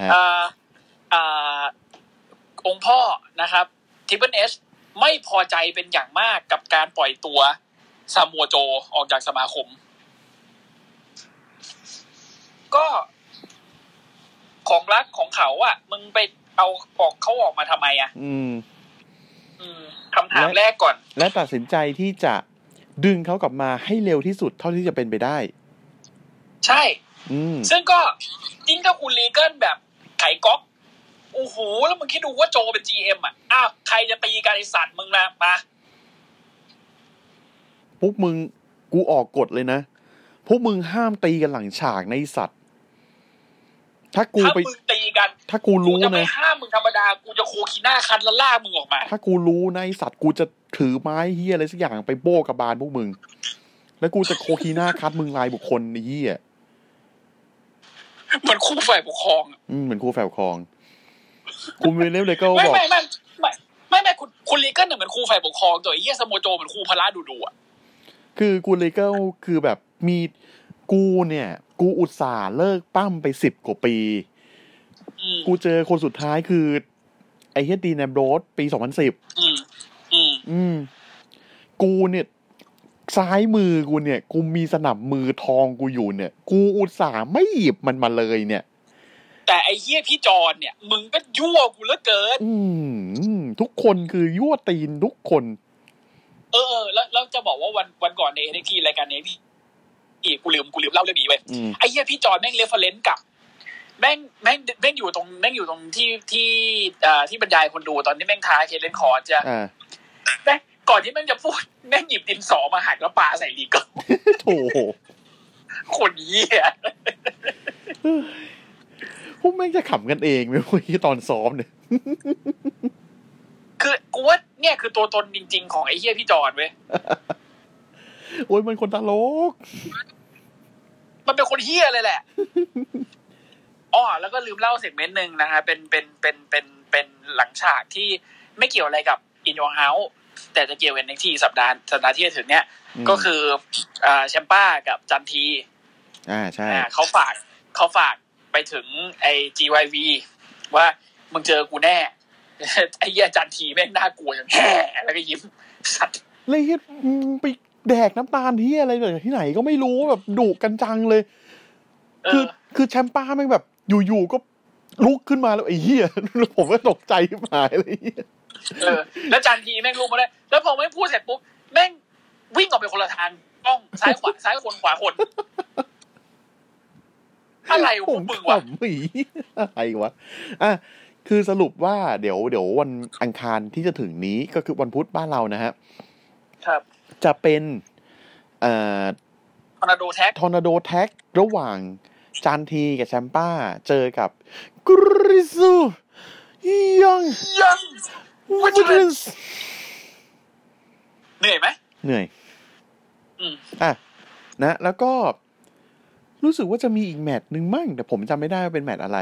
องค์พ่อนะครับทิปเปิลเอชไม่พอใจเป็นอย่างมากกับการปล่อยตัวซามัวโจออกจากสมาคมก็ของรักของเขาอ่ะมึงไปเอาเขาออกมาทำไมอ่ะคำถามแรกก่อนและตัดสินใจที่จะดึงเขากลับมาให้เร็วที่สุดเท่าที่จะเป็นไปได้ใช่ซึ่งก็จริงถ้าคุณลีเกิลแบบไขก๊อกโอ้โหแล้วมึงคิดดูว่าโจเป็น GM อ่ะอ้าวใครจะตีกันไอ้สัตว์มึงนะมาพวกมึงกูออกกฎเลยนะพวกมึงห้ามตีกันหลังฉากในสัตว์ถ้ามึงตีกันถ้ากูรู้นะกูจะไม่ห้ามมึงธรรมดากูจะโคคีน่าคันแล้วลากมึงออกมาถ้ากูรู้นะไอ้สัตว์กูจะถือไม้เหี้ยอะไรสักอย่างไปโบ้กับบานพวกมึงแล้วกูจะโคคีน่าคัดมึงรายบุคคลไอ้เหี้ยเหมือนครูฝ่ายปกครองเหมือนครูฝ่ายปกครองคุณวิลเลียมเลยก็บอกไม่คุณลีเกิลเหมือนครูฝ่ายปกครองตัวไอ้เหี้ยสโมโจเหมือนครูพละดูอ่ะคือกูลีเกิลคือแบบมีกูเนี่ยกูอุตส่าห์เลิกปั้มไป10 กว่าปีกูเจอคนสุดท้ายคือไอ้เฮดดีแนมโรสปี2010กูเนี่ยซ้ายมือกูเนี่ยกูมีสนับมือทองกูอยู่เนี่ยกูอุตส่าห์ไม่หยิบมันมาเลยเนี่ยแต่ไอ้เหี้ยพี่จอนเนี่ยมึงก็ยั่วกูเหลือเกินทุกคนคือยั่วตีนทุกคนแล้วจะบอกว่าวันก่อนใน NXT รายการนี้อีกกูลืมเล่าเรื่องนี้ไว้ไอ้เหี้ยพี่จอนแม่งเรฟเฟอเรนซ์กับแม่งอยู่ตรงที่บรรยายคนดูตอนที่แม่งท้าเคเลนคอร์สจ้ะแม่งก่อนที่แม่งจะพูดแม่งหยิบดินสอมาหักแล้วปาใส่ลีเกิลโถ่คนเหี้ยพวกแม่งจะขำกันเองไหมพวกที่ตอนซ้อมเนี่ยคือกูว่าเนี่ยคือตัวตนจริงๆของไอ้เหี้ยพี่จอนเว้ยโอ้ยมันคนตลกมันเป็นคนเหี้ยเลยแหละแล้วก็ลืมเล่าเซกเมนต์นึงนะฮะเป็นหลังฉากที่ไม่เกี่ยวอะไรกับ In Your House แต่จะเกี่ยวกันในที่สัปดาห์ที่จะถึงเนี้ยก็คือแชมป้ากับจันทีใช่เขาฝากไปถึงไอ้ GYV ว่ามึงเจอกูแน่ไอ้เหี้ยจันทีแม่งน่ากลัวอย่างแห่แล้วก็ยิ้มสัตว์เลยไปแดกน้ำตาลที่อะไรเลยที่ไหนก็ไม่รู้แบบดุกันจังเลยคือแชมป้าแม่งแบบอยู่ๆก็ลุกขึ้นมาแล้วไอ้เหี้ยผมก็ตกใจหายเลยแล้วจันทีแม่งลุกมาได้แล้วพอแม่งพูดเสร็จปุ๊บแม่งวิ่งออกไปคนละทางต้องซ้ายคนขวาคนอะไรวะมึงวะอะไรวะคือสรุปว่าเดี๋ยววันอังคารที่จะถึงนี้ก็คือวันพุธบ้านเรานะฮะครับจะเป็นทอร์นาโดแท็กระหว่างจานทีกับแชมป้าเจอกับกริซูยังวิทนส์เหนื่อยไหมเหนื่อยนะแล้วก็รู้สึกว่าจะมีอีกแมตช์นึงมั่งแต่ผมจำไม่ได้ว่าเป็นแมตช์อะไร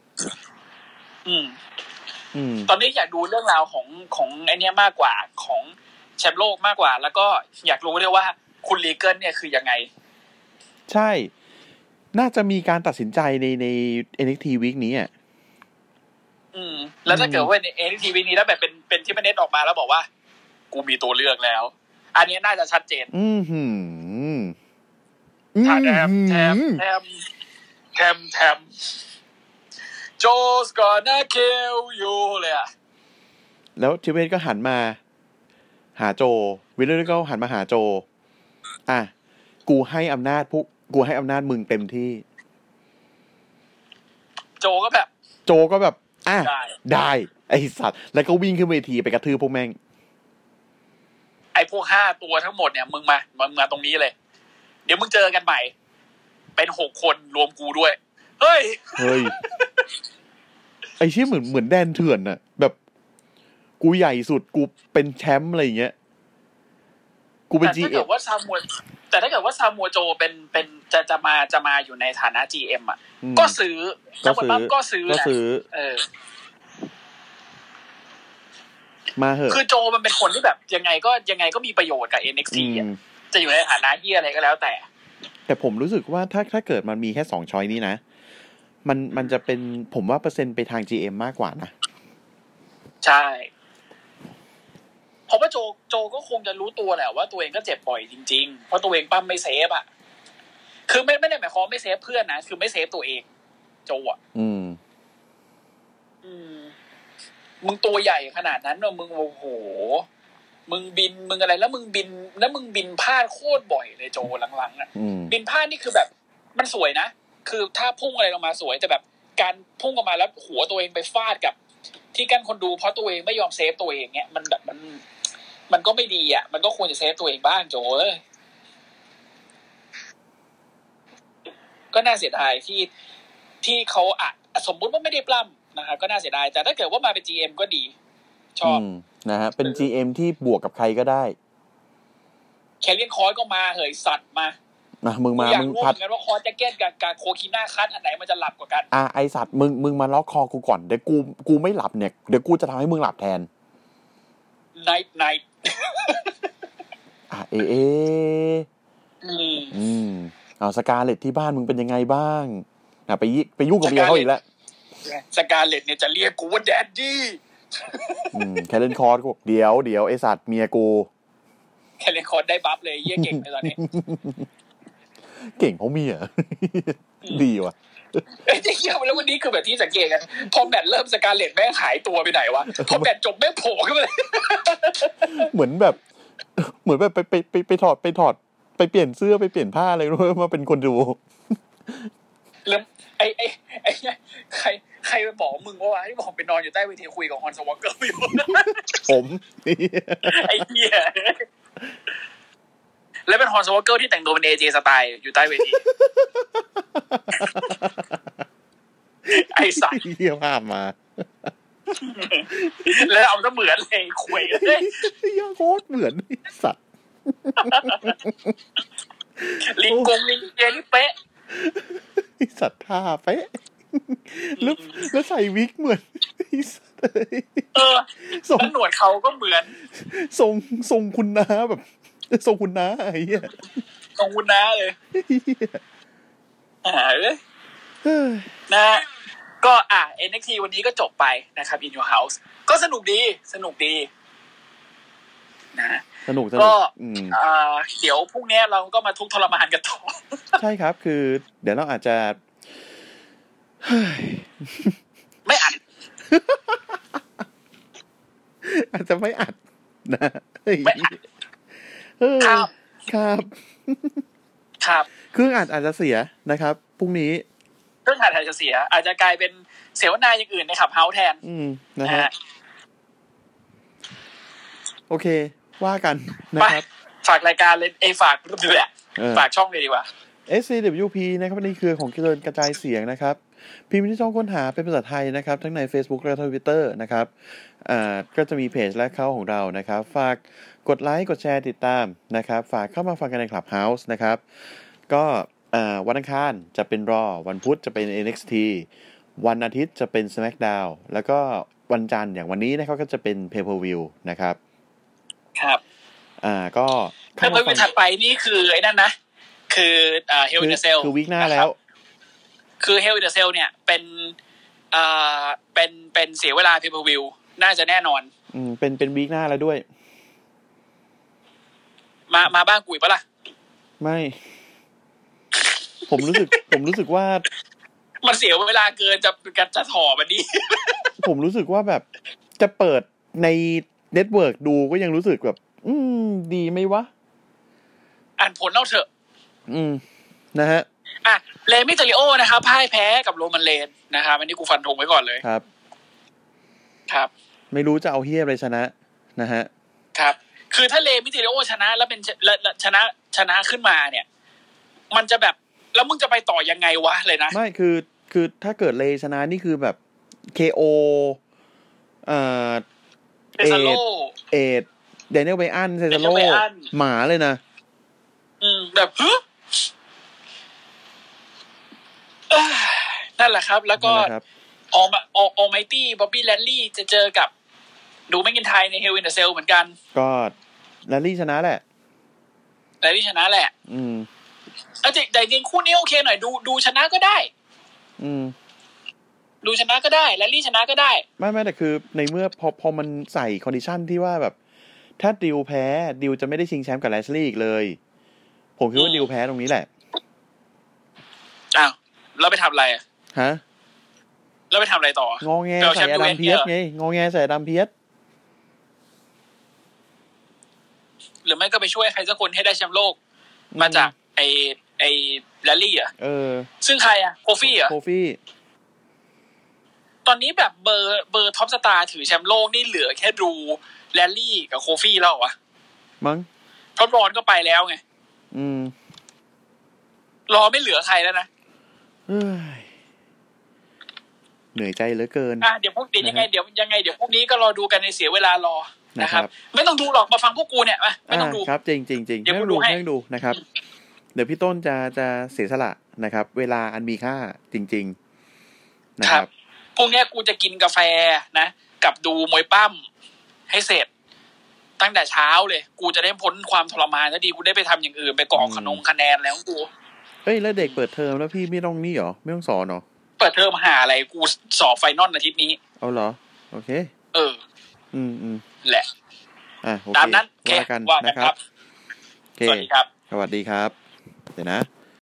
ตอนนี้อยากดูเรื่องราวของไอ้นี้มากกว่าของแชมป์โลกมากกว่าแล้วก็อยากรู้ด้วยว่าคุณลีเกิลเนี่ยคือยังไงใช่น่าจะมีการตัดสินใจใน NXT Week นี้อ่ะแล้วถ้าเกิดว่าใน NXT Week นี้แล้วแบบเป็นที่มันเน็ตออกมาแล้วบอกว่ากูมีตัวเลือกแล้วอันนี้น่าจะชัดเจนแถม Joe's gonna kill you เลยอะแล้วทิเวตก็หันมาหาโจวิลเลอร์ก็หันมาหาโจกูให้อำนาจมึงเต็มที่โจก็แบบได้ไอ้สัตว์แล้วก็วิ่งขึ้นเวทีไปกระทืบพวกแม่งไอ้พวก5ตัวทั้งหมดเนี่ยมึงมาตรงนี้เลยเดี๋ยวมึงเจอกันใหม่เป็น6คนรวมกูด้วยเฮ้ยไอ้ชื่อเหมือนแดนเถื่อนน่ะแบบกูใหญ่สุดกูเป็นแชมป์อะไรอย่างเงี้ยกูเป็น GM แต่ถ้าเกิดว่าซามัวโจเป็นจะมาอยู่ในฐานะ GM อ่ะก็ซื้อก็ซื้อมาเหอะคือโจมันเป็นคนที่แบบยังไงก็มีประโยชน์กับ NXT อ่ะจะอยู่ในฐานะที่อะไรก็แล้วแต่ผมรู้สึกว่าถ้าเกิดมันมีแค่2ช้อยนี้นะมันจะเป็นผมว่าเปอร์เซ็นต์ไปทาง GM มากกว่านะใช่เพราะว่าโจก็คงจะรู้ตัวแหละว่าตัวเองก็เจ็บบ่อยจริงๆเพราะตัวเองปั้มไม่เซฟอ่ะคือไม่ได้หมายความไม่เซฟเพื่อนนะคือไม่เซฟตัวเองโจอ่ะมึงตัวใหญ่ขนาดนั้นเนอะมึงโอ้โหมึงบินมึงอะไรแล้วมึงบินพลาดโคตรบ่อยเลยโจหลังๆอ่ะบินพลาดนี่คือแบบมันสวยนะคือถ้าพุ่งอะไรลงมาสวยแต่แบบการพุ่งออกมาแล้วหัวตัวเองไปฟาดกับที่กั้นคนดูเพราะตัวเองไม่ยอมเซฟตัวเองเงี้ยมันแบบมันก็ไม่ดีอ่ะมันก็ควรจะเซฟตัวเองบ้างโจก็น่าเสียดายที่เขาสมมุติว่าไม่ได้ปล้ำนะครับก็น่าเสียดายแต่ถ้าเกิดว่ามาเป็น GM ก็ดีชอบนะฮะเป็น GM ที่บวกกับใครก็ได้แคเรียนคอร์สก็มาเหยสัตว์มามึงพัดกันว่าคอร์สแจ็คเก็ตกับโคคิน่าคัทอันไหนมันจะหลับกว่ากันไอสัตว์มึงมาล็อกคอกูก่อนเดี๋ยวกูไม่หลับเนี่ยเดี๋ยวกูจะทำให้มึงหลับแทนไนท์เอาสกาเลตที่บ้านมึงเป็นยังไงบ้างไปยุ่งกับเมียเขาอีกแล้วสกาเลตเนี่ยจะเรียกกูว่าแดดดี้แคเรนคอร์สกูเดี๋ยวไอสัตว์เมียกูแคเรนคอร์สได้บัฟเลยเยี่ยเก่งเลยตอนนี้เก่งเพราะเมียดีว่ะไอ้เหี้ยแล้ววันนี้คือแบบที่สังเกตกันพอแมตช์เริ่มสกาเลตแม่งหายตัวไปไหนวะพอแมตช์จบแม่งโผล่ขึ้นมาเลยเหมือนแบบไปถอดไปเปลี่ยนเสื้อไปเปลี่ยนผ้าอะไรรู้มาเป็นคนดูแล้วไอ้ใครไปบอกมึงว่าที่บอกไปนอนอยู่ใต้เวทีคุยกับฮอนสวอเกอร์อยู่ผมไอ้เหี้ยแล้วเป็นฮอนสวอเกอร์ที่แต่งตัวเป็น AJ สไตล์อยู่ใต้เวทีไอ้สัตว์เหี้ยภาพมาแล้วเอาซะเหมือนเลยคุยเลยยังโคตรเหมือนสัตว์ลิงเจนี่เป๊ะสัตว์ท่าเป๊ะแล้วใส่วิกเหมือนสัตว์ส่งหนวดเขาก็เหมือนทรงคุณน้าแบบทรงคุณน้าไอ้เหี้ยทรงคุณน้าเลยเลยนะก็NXT วันนี้ก็จบไปนะครับ In Your House ก็สนุกดีนะสนุกก็เดี๋ยวพรุ่งนี้เราก็มาทุกข์ทรมานกันต่อใช่ครับคือเดี๋ยวเราอาจจะไม่อัดอาจจะไม่อัดนะไม่อัดครับเครื่องอาจจะเสียนะครับพรุ่งนี้เครื่องอาจจะเสียอาจจะกลายเป็นเสวนาอย่างอื่นในขับเฮาส์แทนนะฮะโอเคว่ากันนะครับฝากรายการเลยฝากช่องเลยดีกว่า SCWP นะครับในเครือของเจริญกระจายเสียงนะครับพิมพ์ที่ช่องค้นหาเป็นภาษาไทยนะครับทั้งใน Facebook และ Twitter นะครับก็จะมีเพจและเข้าของเรานะครับฝากกดไลค์กดแชร์ติดตามนะครับฝากเข้ามาฟังกันใน Clubhouse นะครับก็วันอังคารจะเป็น Raw วันพุธจะเป็น NXT วันอาทิตย์จะเป็น SmackDown แล้วก็วันจันทร์อย่างวันนี้นะครับก็จะเป็น Pay-per-view นะครับครับก็ถ้าเมื่อถัดไปนี่คือไอ้นั่นนะคือHell in a Cell คือวีคหน้าแล้วคือ Hell in a Cell เนี่ยเป็นเสียเวลา Pay-per-view น่าจะแน่นอนเป็นวีคหน้าแล้วด้วยมาบ้างกุยปะล่ะไม่ผมรู้สึกว่ามันเสียเวลาเกินจะถอมันดีผมรู้สึกว่าแบบจะเปิดในเน็ตเวิร์กดูก็ยังรู้สึกแบบดีไหมวะอ่านผลเอาเถอะนะฮะเลมิเตริโอนะครับพ่ายแพ้กับโรมันเลนนะครับอันนี้กูฟันธงไว้ก่อนเลยครับไม่รู้จะเอาเฮียอะไรชนะนะฮะครับคือถ้าเลมิเตริโอชนะแล้วเป็นชนะขึ้นมาเนี่ยมันจะแบบแล้วมึงจะไปต่อยังไงวะเลยนะไม่คือถ้าเกิดเลชนะนี่คือแบบ KO เอดเดนิเอลไบอันเซซาโลหมาเลยนะแบบนั่นแหละครับแล้วก็ออไมตี้บ๊อบบี้แลนลี่จะเจอกับดูแมคกินไทยในเฮลวินเดอร์เซลเหมือนกันก็แลนลี่ชนะแหละแต่จริงคู่นี้โอเคหน่อยดูชนะก็ได้ดูชนะก็ได้แลนลี่ชนะก็ได้ไม่แต่คือในเมื่อพอมันใส่คอนดิชั่นที่ว่าแบบถ้าดิวแพ้ดิวจะไม่ได้ชิงแชมป์กับแลนลี่อีกเลยผมคิดว่าดิวแพ้ตรงนี้แหละอ้าวแล้วไปทำอะไรฮะแล้วไปทำอะไรต่องอแงใส่อดัมเพียสไงงอแงใส่อดัมเพียสหรือไม่ก็ไปช่วยใครสักคนให้ได้แชมป์โลกมาจากไอแรลลี่ซึ่งใครโคฟี่โคฟี่ตอนนี้แบบเบอร์ท็อปสตาร์ถือแชมป์โลกนี่เหลือแค่ดูแรลลี่กับโคฟี่แล้ววะมั้งท็อปรอนก็ไปแล้วไงรอไม่เหลือใครแล้วนะเหนื่อยใจเหลือเกินเดี๋ยวพวกยังไงเดี๋ยวพวกนี้ก็รอดูกันในเสียเวลารอนะครับไม่ต้องดูหรอกมาฟังพวกกูเนี่ยไม่ต้องดูครับจริงๆไม่ต้องดูนะครับเดี๋ยวพี่ต้นจะเสียสละนะครับเวลาอันมีค่าจริงๆนะครับพวกนี้กูจะกินกาแฟนะกับดูมวยปั้มให้เสร็จตั้งแต่เช้าเลยกูจะได้พ้นความทรมานซะดีกูได้ไปทำอย่างอื่นไปกรอกคะแนนแล้วกูแล้วเด็กเปิดเทอมแล้วพี่ไม่ต้องนี่หรอไม่ต้องสอนหรอเปิดเทอมหาอะไรกูสอบไฟนอลอาทิตย์นี้เอาเหรอโอเคแหละโอเคตามนั้นว่ากันนะครับสวัสดีครับเดี๋ยวนะ